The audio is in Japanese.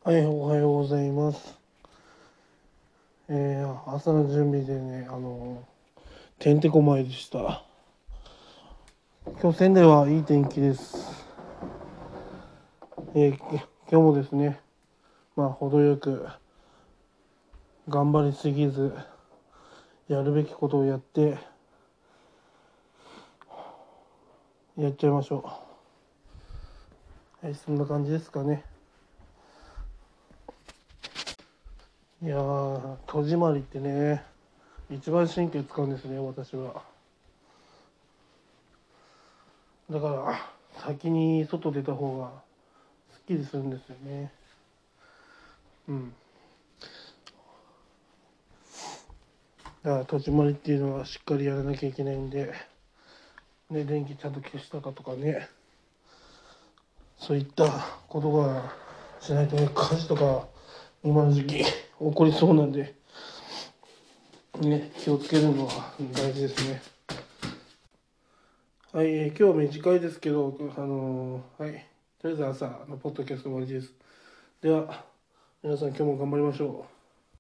はい、おはようございます。朝の準備でね、てんてこまいでした。今日仙台はいい天気です。今日もですね、程よく頑張りすぎず、やるべきことをやってやっちゃいましょう。はい、そんな感じですかね。いやー、戸締まりってね、一番神経使うんですね、私は。だから先に外出た方がすっきりするんですよね。うん。だから戸締まりっていうのはしっかりやらなきゃいけないんで、ね、電気ちゃんと消したかとかね、そういったことがしないとね、火事とか今の時期起こりそうなんで、ね、気をつけるのは大事ですね。はい、今日は短いですけど、はい、とりあえず朝のポッドキャスト終わりです。では、皆さん今日も頑張りましょう。